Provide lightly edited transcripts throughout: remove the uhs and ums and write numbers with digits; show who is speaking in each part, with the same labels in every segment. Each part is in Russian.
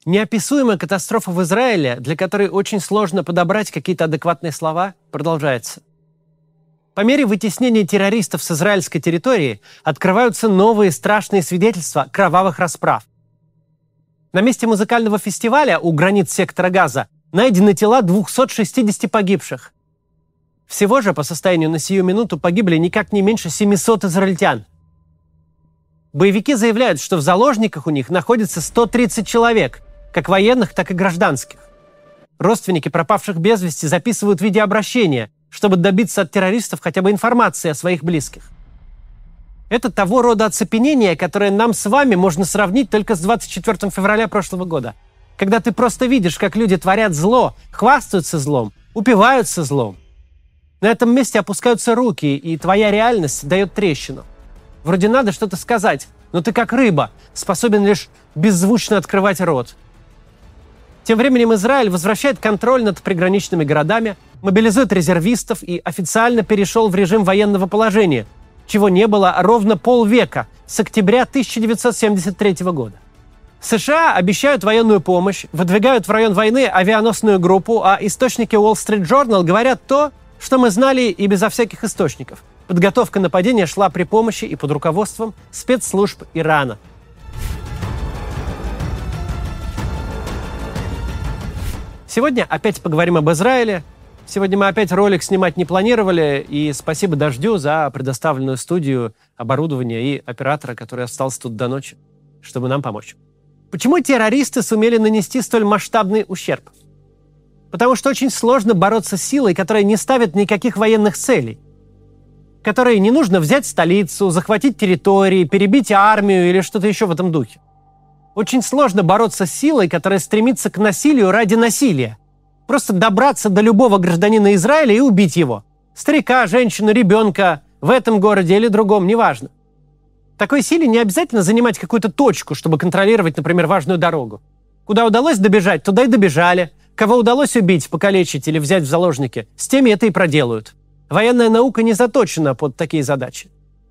Speaker 1: Неописуемая катастрофа в Израиле, для которой очень сложно подобрать какие-то адекватные слова, продолжается. По мере вытеснения террористов с израильской территории открываются новые страшные свидетельства кровавых расправ. На месте музыкального фестиваля у границ сектора Газа найдены тела 260 погибших. Всего же, по состоянию на сию минуту, погибли никак не меньше 700 израильтян. Боевики заявляют, что в заложниках у них находится 130 человек, как военных, так и гражданских. Родственники пропавших без вести записывают видеообращения, чтобы добиться от террористов хотя бы информации о своих близких. Это того рода оцепенение, которое нам с вами можно сравнить только с 24 февраля прошлого года, когда ты просто видишь, как люди творят зло, хвастаются злом, упиваются злом. На этом месте опускаются руки, и твоя реальность дает трещину. Вроде надо что-то сказать, но ты как рыба, способен лишь беззвучно открывать рот. Тем временем Израиль возвращает контроль над приграничными городами, мобилизует резервистов и официально перешел в режим военного положения, чего не было ровно полвека, с октября 1973 года. США обещают военную помощь, выдвигают в район войны авианосную группу, а источники Wall Street Journal говорят то, что мы знали и безо всяких источников. Подготовка нападения шла при помощи и под руководством спецслужб Ирана. Сегодня опять поговорим об Израиле. Сегодня мы опять ролик снимать не планировали, и спасибо Дождю за предоставленную студию, оборудование и оператора, который остался тут до ночи, чтобы нам помочь. Почему террористы сумели нанести столь масштабный ущерб? Потому что очень сложно бороться с силой, которая не ставит никаких военных целей, которой не нужно взять столицу, захватить территории, перебить армию или что-то еще в этом духе. Очень сложно бороться с силой, которая стремится к насилию ради насилия. Просто добраться до любого гражданина Израиля и убить его. Старика, женщину, ребенка, в этом городе или другом, неважно. Такой силе не обязательно занимать какую-то точку, чтобы контролировать, например, важную дорогу. Куда удалось добежать, туда и добежали. Кого удалось убить, покалечить или взять в заложники, с теми это и проделают. Военная наука не заточена под такие задачи.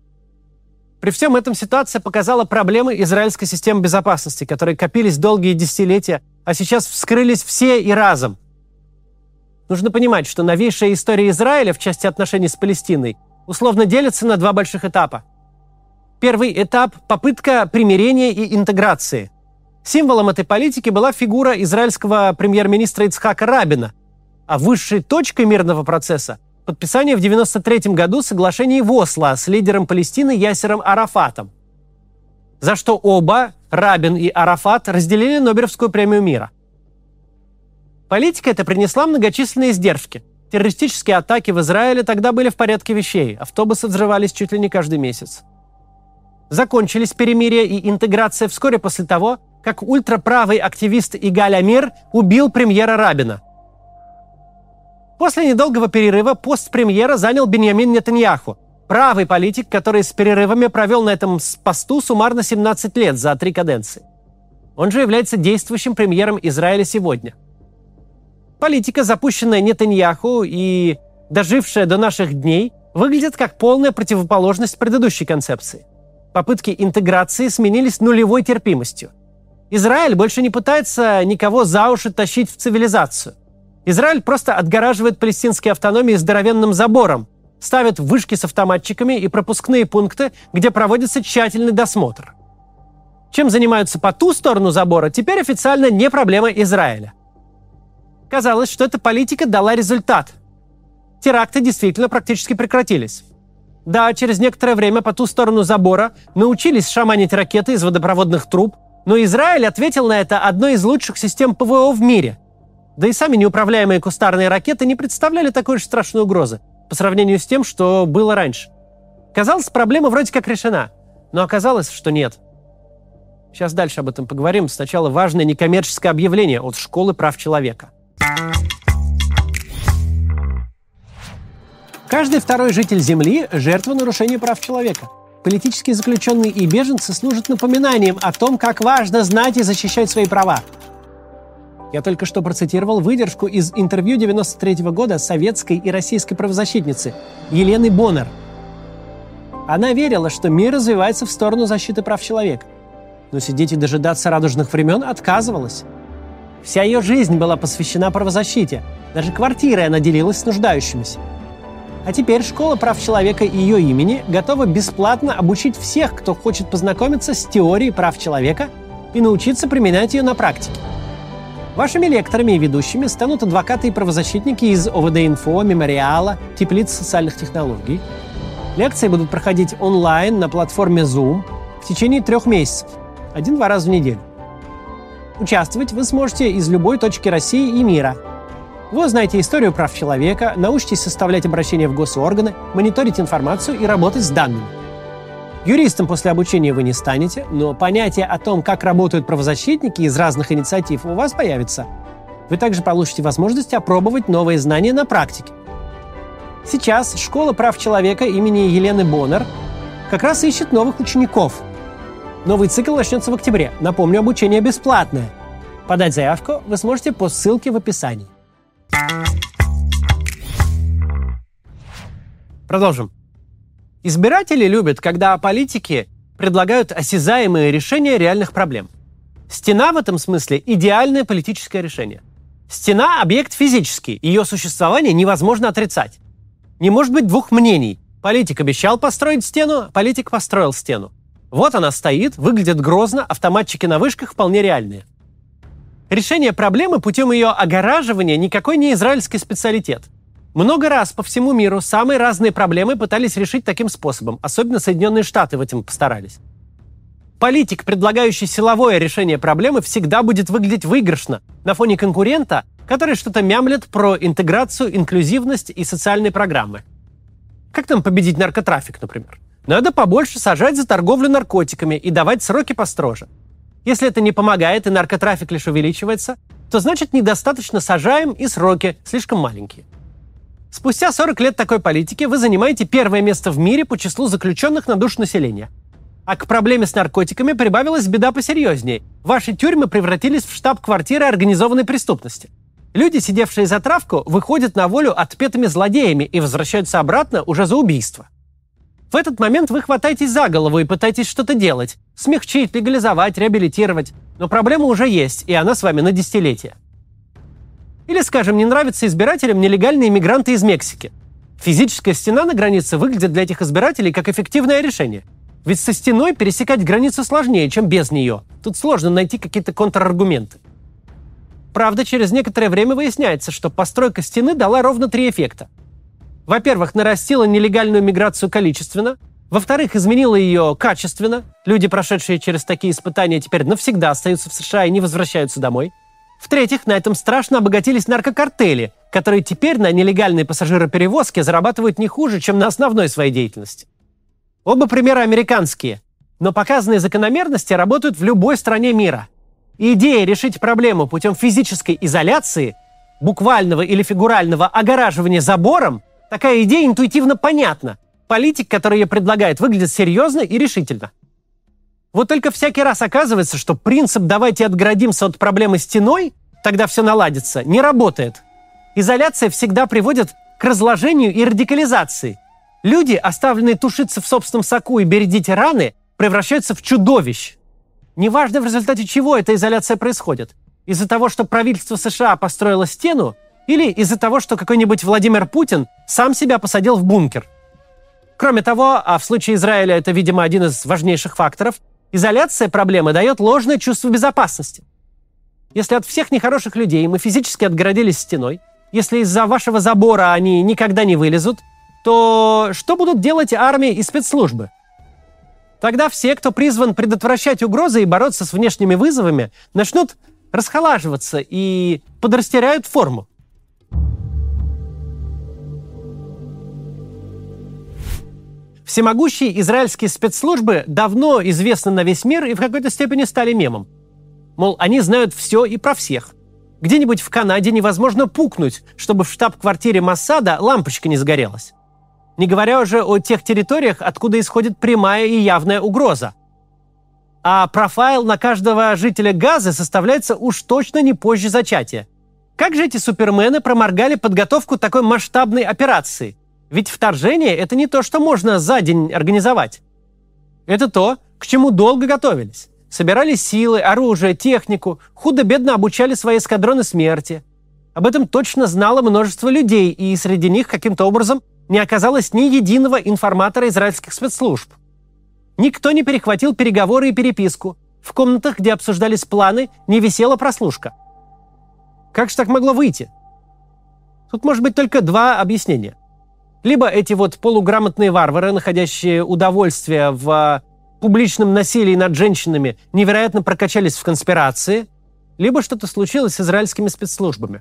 Speaker 1: При всем этом ситуация показала проблемы израильской системы безопасности, которые копились долгие десятилетия, а сейчас вскрылись все и разом. Нужно понимать, что новейшая история Израиля в части отношений с Палестиной условно делится на два больших этапа. Первый этап – попытка примирения и интеграции. Символом этой политики была фигура израильского премьер-министра Ицхака Рабина, а высшей точкой мирного процесса – подписание в 1993 году соглашений в Осло с лидером Палестины Ясером Арафатом, за что оба, Рабин и Арафат, разделили Нобелевскую премию мира. Политика эта принесла многочисленные издержки. Террористические атаки в Израиле тогда были в порядке вещей, автобусы взрывались чуть ли не каждый месяц. Закончились перемирие и интеграция вскоре после того, как ультраправый активист Игаль Амир убил премьера Рабина. После недолгого перерыва пост премьера занял Биньямин Нетаньяху, правый политик, который с перерывами провел на этом посту суммарно 17 лет за 3 каденции. Он же является действующим премьером Израиля сегодня. Политика, запущенная Нетаньяху и дожившая до наших дней, выглядит как полная противоположность предыдущей концепции. Попытки интеграции сменились нулевой терпимостью. Израиль больше не пытается никого за уши тащить в цивилизацию. Израиль просто отгораживает палестинские автономии здоровенным забором, ставит вышки с автоматчиками и пропускные пункты, где проводится тщательный досмотр. Чем занимаются по ту сторону забора, теперь официально не проблема Израиля. Казалось, что эта политика дала результат. Теракты действительно практически прекратились. Да, через некоторое время по ту сторону забора научились шаманить ракеты из водопроводных труб, но Израиль ответил на это одной из лучших систем ПВО в мире. Да и сами неуправляемые кустарные ракеты не представляли такой уж страшной угрозы по сравнению с тем, что было раньше. Казалось, проблема вроде как решена, но оказалось, что нет. Сейчас дальше об этом поговорим. Сначала важное некоммерческое объявление от Школы прав человека. Каждый второй житель Земли – жертва нарушения прав человека. Политические заключенные и беженцы служат напоминанием о том, как важно знать и защищать свои права. Я только что процитировал выдержку из интервью 1993 года советской и российской правозащитницы Елены Боннер. Она верила, что мир развивается в сторону защиты прав человека. Но сидеть и дожидаться радужных времен отказывалась. Вся ее жизнь была посвящена правозащите. Даже квартирой она делилась с нуждающимися. А теперь школа прав человека и ее имени готова бесплатно обучить всех, кто хочет познакомиться с теорией прав человека и научиться применять ее на практике. Вашими лекторами и ведущими станут адвокаты и правозащитники из ОВД-Инфо, Мемориала, Теплиц социальных технологий. Лекции будут проходить онлайн на платформе Zoom в течение 3 месяцев, 1-2 раза в неделю. Участвовать вы сможете из любой точки России и мира. Вы узнаете историю прав человека, научитесь составлять обращения в госорганы, мониторить информацию и работать с данными. Юристом после обучения вы не станете, но понятие о том, как работают правозащитники из разных инициатив, у вас появится. Вы также получите возможность опробовать новые знания на практике. Сейчас Школа прав человека имени Елены Боннер как раз ищет новых учеников. Новый цикл начнется в октябре. Напомню, обучение бесплатное. Подать заявку вы сможете по ссылке в описании. Продолжим. Избиратели любят, когда политики предлагают осязаемые решения реальных проблем. Стена в этом смысле – идеальное политическое решение. Стена – объект физический, ее существование невозможно отрицать. Не может быть двух мнений. Политик обещал построить стену, политик построил стену. Вот она стоит, выглядит грозно, автоматчики на вышках вполне реальные. Решение проблемы путем ее огораживания никакой не израильский специалитет. Много раз по всему миру самые разные проблемы пытались решить таким способом, особенно Соединенные Штаты в этом постарались. Политик, предлагающий силовое решение проблемы, всегда будет выглядеть выигрышно на фоне конкурента, который что-то мямлет про интеграцию, инклюзивность и социальные программы. Как там победить наркотрафик, например? Надо побольше сажать за торговлю наркотиками и давать сроки построже. Если это не помогает и наркотрафик лишь увеличивается, то значит недостаточно сажаем и сроки слишком маленькие. Спустя 40 лет такой политики вы занимаете первое место в мире по числу заключенных на душу населения. А к проблеме с наркотиками прибавилась беда посерьезнее. Ваши тюрьмы превратились в штаб-квартиры организованной преступности. Люди, сидевшие за травку, выходят на волю отпетыми злодеями и возвращаются обратно уже за убийство. В этот момент вы хватаетесь за голову и пытаетесь что-то делать. Смягчить, легализовать, реабилитировать. Но проблема уже есть, и она с вами на десятилетия. Или, скажем, не нравятся избирателям нелегальные иммигранты из Мексики. Физическая стена на границе выглядит для этих избирателей как эффективное решение. Ведь со стеной пересекать границу сложнее, чем без нее. Тут сложно найти какие-то контраргументы. Правда, через некоторое время выясняется, что постройка стены дала ровно 3 эффекта. Во-первых, нарастила нелегальную миграцию количественно. Во-вторых, изменила ее качественно. Люди, прошедшие через такие испытания, теперь навсегда остаются в США и не возвращаются домой. В-третьих, на этом страшно обогатились наркокартели, которые теперь на нелегальной пассажироперевозке зарабатывают не хуже, чем на основной своей деятельности. Оба примера американские, но показанные закономерности работают в любой стране мира. И идея решить проблему путем физической изоляции, буквального или фигурального огораживания забором, такая идея интуитивно понятна. Политик, который ее предлагает, выглядит серьезно и решительно. Вот только всякий раз оказывается, что принцип «давайте отгородимся от проблемы стеной», тогда все наладится, не работает. Изоляция всегда приводит к разложению и радикализации. Люди, оставленные тушиться в собственном соку и бередить раны, превращаются в чудовищ. Неважно, в результате чего эта изоляция происходит. Из-за того, что правительство США построило стену, или из-за того, что какой-нибудь Владимир Путин сам себя посадил в бункер. Кроме того, а в случае Израиля это, видимо, один из важнейших факторов, изоляция проблемы дает ложное чувство безопасности. Если от всех нехороших людей мы физически отгородились стеной, если из-за вашего забора они никогда не вылезут, то что будут делать армии и спецслужбы? Тогда все, кто призван предотвращать угрозы и бороться с внешними вызовами, начнут расхолаживаться и подрастеряют форму. Всемогущие израильские спецслужбы давно известны на весь мир и в какой-то степени стали мемом. Мол, они знают все и про всех. Где-нибудь в Канаде невозможно пукнуть, чтобы в штаб-квартире Моссада лампочка не загорелась. Не говоря уже о тех территориях, откуда исходит прямая и явная угроза. А профайл на каждого жителя Газы составляется уж точно не позже зачатия. Как же эти супермены проморгали подготовку такой масштабной операции? Ведь вторжение – это не то, что можно за день организовать. Это то, к чему долго готовились. собирали силы, оружие, технику, худо-бедно обучали свои эскадроны смерти. Об этом точно знало множество людей, и среди них каким-то образом не оказалось ни единого информатора израильских спецслужб. Никто не перехватил переговоры и переписку. В комнатах, где обсуждались планы, не висела прослушка. Как же так могло выйти? Тут может быть только два объяснения. Либо эти вот полуграмотные варвары, находящие удовольствие в публичном насилии над женщинами, невероятно прокачались в конспирации, либо что-то случилось с израильскими спецслужбами.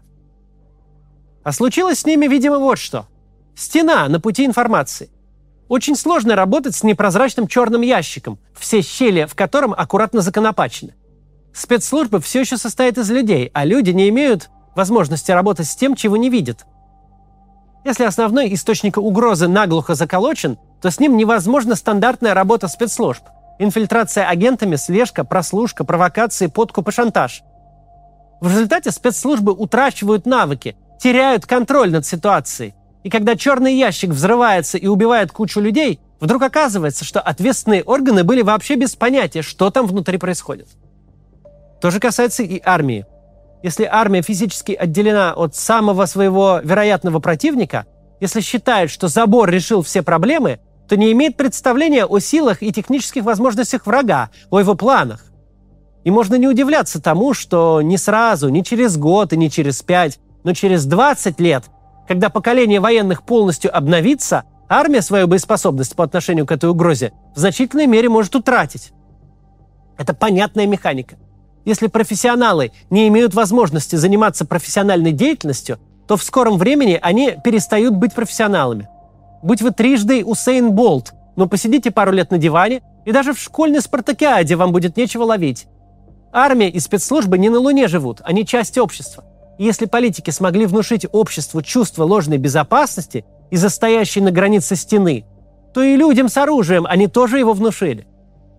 Speaker 1: А случилось с ними, видимо, вот что. Стена на пути информации. Очень сложно работать с непрозрачным черным ящиком, все щели в котором аккуратно законопачены. Спецслужбы все еще состоят из людей, а люди не имеют возможности работать с тем, чего не видят. Если основной источник угрозы наглухо заколочен, то с ним невозможна стандартная работа спецслужб. Инфильтрация агентами, слежка, прослушка, провокации, подкуп и шантаж. В результате спецслужбы утрачивают навыки, теряют контроль над ситуацией. И когда черный ящик взрывается и убивает кучу людей, вдруг оказывается, что ответственные органы были вообще без понятия, что там внутри происходит. То же касается и армии. Если армия физически отделена от самого своего вероятного противника, если считает, что забор решил все проблемы, то не имеет представления о силах и технических возможностях врага, о его планах. И можно не удивляться тому, что не сразу, не через год и не через 5, но через 20 лет, когда поколение военных полностью обновится, армия свою боеспособность по отношению к этой угрозе в значительной мере может утратить. Это понятная механика. Если профессионалы не имеют возможности заниматься профессиональной деятельностью, то в скором времени они перестают быть профессионалами. Будь вы трижды Усейн Болт, но посидите пару лет на диване, и даже в школьной спартакиаде вам будет нечего ловить. Армия и спецслужбы не на Луне живут, они часть общества. И если политики смогли внушить обществу чувство ложной безопасности из-за стоящей на границе стены, то и людям с оружием они тоже его внушили.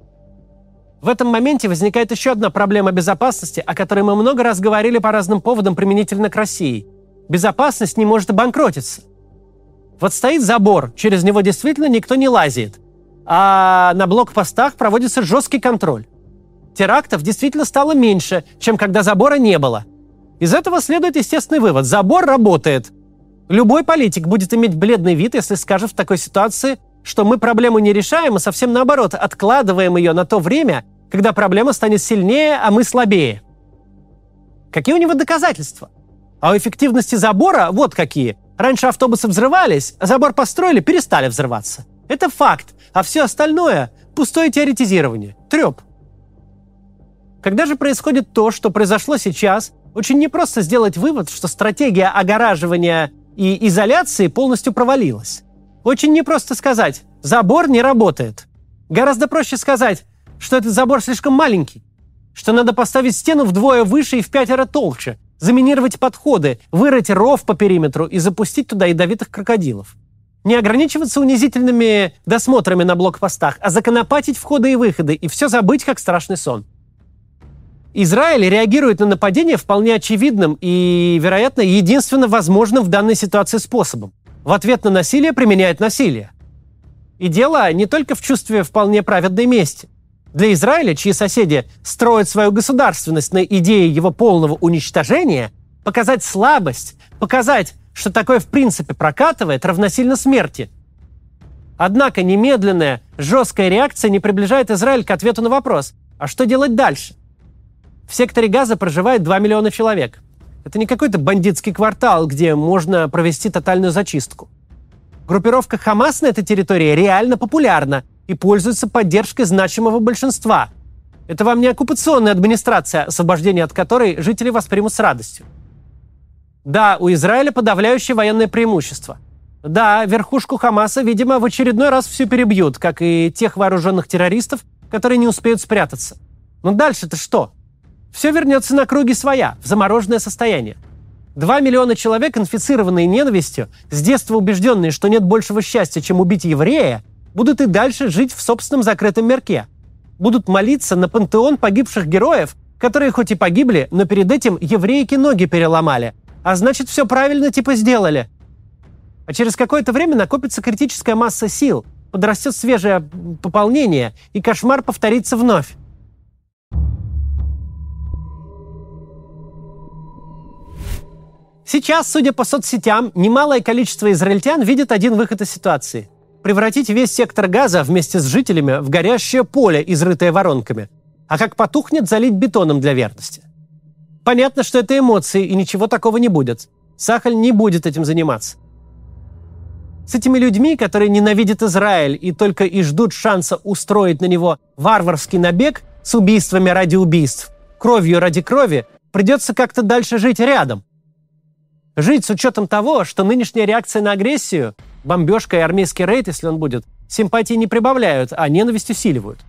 Speaker 1: В этом моменте возникает еще одна проблема безопасности, о которой мы много раз говорили по разным поводам применительно к России. Безопасность не может обанкротиться. Вот стоит забор, через него действительно никто не лазит, а на блокпостах проводится жесткий контроль. Терактов действительно стало меньше, чем когда забора не было. Из этого следует естественный вывод. Забор работает. Любой политик будет иметь бледный вид, если скажет в такой ситуации, что мы проблему не решаем, а совсем наоборот, откладываем ее на то время, когда проблема станет сильнее, а мы слабее. Какие у него доказательства? А у эффективности забора вот какие. Раньше автобусы взрывались, а забор построили, перестали взрываться. Это факт, а все остальное – пустое теоретизирование, треп. Когда же происходит то, что произошло сейчас, очень непросто сделать вывод, что стратегия огораживания и изоляции полностью провалилась. Очень непросто сказать «забор не работает». Гораздо проще сказать, что этот забор слишком маленький, что надо поставить стену вдвое выше и в 5 толще, заминировать подходы, вырыть ров по периметру и запустить туда ядовитых крокодилов. Не ограничиваться унизительными досмотрами на блокпостах, а законопатить входы и выходы, и все забыть, как страшный сон. Израиль реагирует на нападение вполне очевидным и, вероятно, единственно возможным в данной ситуации способом. В ответ на насилие применяет насилие. И дело не только в чувстве вполне праведной мести. Для Израиля, чьи соседи строят свою государственность на идее его полного уничтожения, показать слабость, показать, что такое в принципе прокатывает, равносильно смерти. Однако немедленная, жесткая реакция не приближает Израиль к ответу на вопрос, а что делать дальше? В секторе Газа проживает 2 миллиона человек. Это не какой-то бандитский квартал, где можно провести тотальную зачистку. Группировка Хамас на этой территории реально популярна и пользуется поддержкой значимого большинства. Это вам не оккупационная администрация, освобождение от которой жители воспримут с радостью. Да, у Израиля подавляющее военное преимущество. Да, верхушку Хамаса, видимо, в очередной раз все перебьют, как и тех вооруженных террористов, которые не успеют спрятаться. Но дальше-то что? Все вернется на круги своя, в замороженное состояние. 2 миллиона человек, инфицированные ненавистью, с детства убежденные, что нет большего счастья, чем убить еврея, будут и дальше жить в собственном закрытом мирке. Будут молиться на пантеон погибших героев, которые хоть и погибли, но перед этим еврейки ноги переломали. А значит, все правильно типа сделали. А через какое-то время накопится критическая масса сил, подрастет свежее пополнение, и кошмар повторится вновь. Сейчас, судя по соцсетям, немалое количество израильтян видит один выход из ситуации – превратить весь сектор Газа вместе с жителями в горящее поле, изрытое воронками, а как потухнет, залить бетоном для верности. Понятно, что это эмоции, и ничего такого не будет. Цахаль не будет этим заниматься. С этими людьми, которые ненавидят Израиль и только и ждут шанса устроить на него варварский набег с убийствами ради убийств, кровью ради крови, придется как-то дальше жить рядом. Жить с учетом того, что нынешняя реакция на агрессию, бомбежка и армейский рейд, если он будет, симпатии не прибавляют, а ненависть усиливают.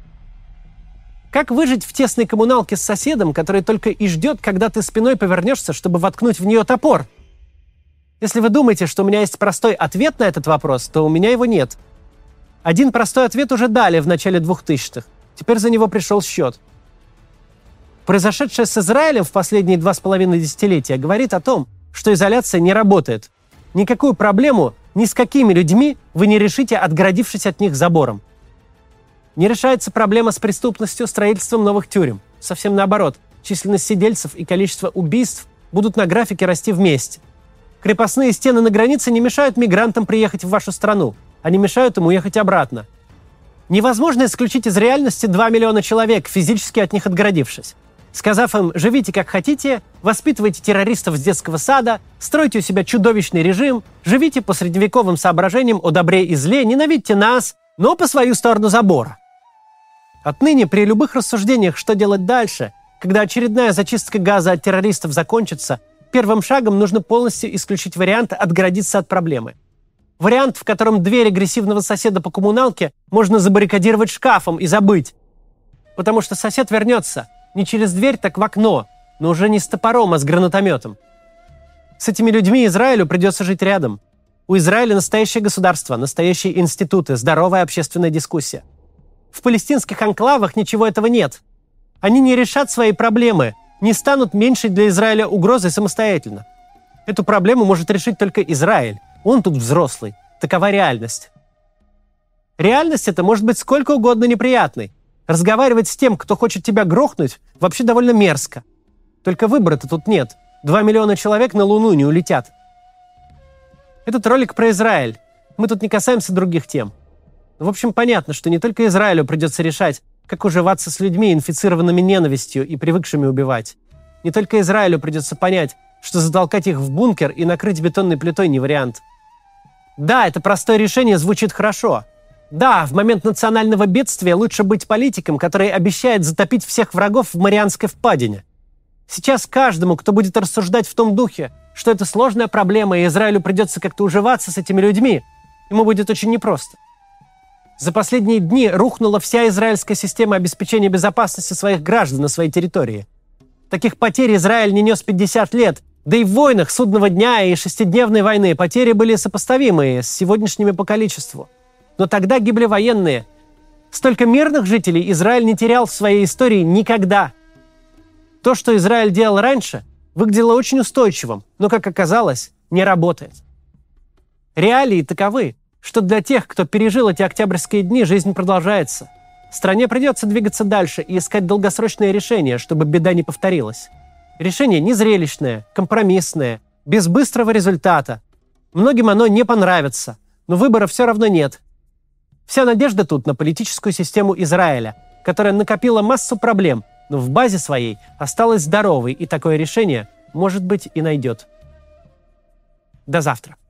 Speaker 1: Как выжить в тесной коммуналке с соседом, который только и ждет, когда ты спиной повернешься, чтобы воткнуть в нее топор? Если вы думаете, что у меня есть простой ответ на этот вопрос, то у меня его нет. Один простой ответ уже дали в начале 2000-х. Теперь за него пришел счет. Произошедшее с Израилем в последние 2,5 десятилетия говорит о том, что изоляция не работает. Никакую проблему ни с какими людьми вы не решите, отгородившись от них забором. Не решается проблема с преступностью, строительством новых тюрем. Совсем наоборот. Численность сидельцев и количество убийств будут на графике расти вместе. Крепостные стены на границе не мешают мигрантам приехать в вашу страну. Они мешают им уехать обратно. Невозможно исключить из реальности 2 миллиона человек, физически от них отгородившись. Сказав им «живите как хотите», воспитывайте террористов с детского сада, стройте у себя чудовищный режим, живите по средневековым соображениям о добре и зле, ненавидьте нас, но по свою сторону забора. Отныне при любых рассуждениях, что делать дальше, когда очередная зачистка Газа от террористов закончится, первым шагом нужно полностью исключить вариант отгородиться от проблемы. Вариант, в котором дверь агрессивного соседа по коммуналке можно забаррикадировать шкафом и забыть. Потому что сосед вернется не через дверь, так в окно, но уже не с топором, а с гранатометом. С этими людьми Израилю придется жить рядом. У Израиля настоящее государство, настоящие институты, здоровая общественная дискуссия. В палестинских анклавах ничего этого нет. Они не решат свои проблемы, не станут меньшей для Израиля угрозой самостоятельно. Эту проблему может решить только Израиль. Он тут взрослый. Такова реальность. Реальность эта может быть сколько угодно неприятной. Разговаривать с тем, кто хочет тебя грохнуть, вообще довольно мерзко. Только выбора-то тут нет. 2 миллиона человек на Луну не улетят. Этот ролик про Израиль. Мы тут не касаемся других тем. В общем, понятно, что не только Израилю придется решать, как уживаться с людьми, инфицированными ненавистью и привыкшими убивать. Не только Израилю придется понять, что затолкать их в бункер и накрыть бетонной плитой не вариант. Да, это простое решение звучит хорошо. Да, в момент национального бедствия лучше быть политиком, который обещает затопить всех врагов в Марианской впадине. Сейчас каждому, кто будет рассуждать в том духе, что это сложная проблема, и Израилю придется как-то уживаться с этими людьми, ему будет очень непросто. За последние дни рухнула вся израильская система обеспечения безопасности своих граждан на своей территории. Таких потерь Израиль не нес 50 лет, да и в войнах судного дня и шестидневной войны потери были сопоставимые с сегодняшними по количеству. Но тогда гибли военные. Столько мирных жителей Израиль не терял в своей истории никогда. То, что Израиль делал раньше, выглядело очень устойчивым, но, как оказалось, не работает. Реалии таковы, что для тех, кто пережил эти октябрьские дни, жизнь продолжается. Стране придется двигаться дальше и искать долгосрочные решения, чтобы беда не повторилась. Решение незрелищное, компромиссное, без быстрого результата. Многим оно не понравится, но выбора все равно нет. Вся надежда тут на политическую систему Израиля, которая накопила массу проблем, но в базе своей осталась здоровой, и такое решение, может быть, и найдет. До завтра.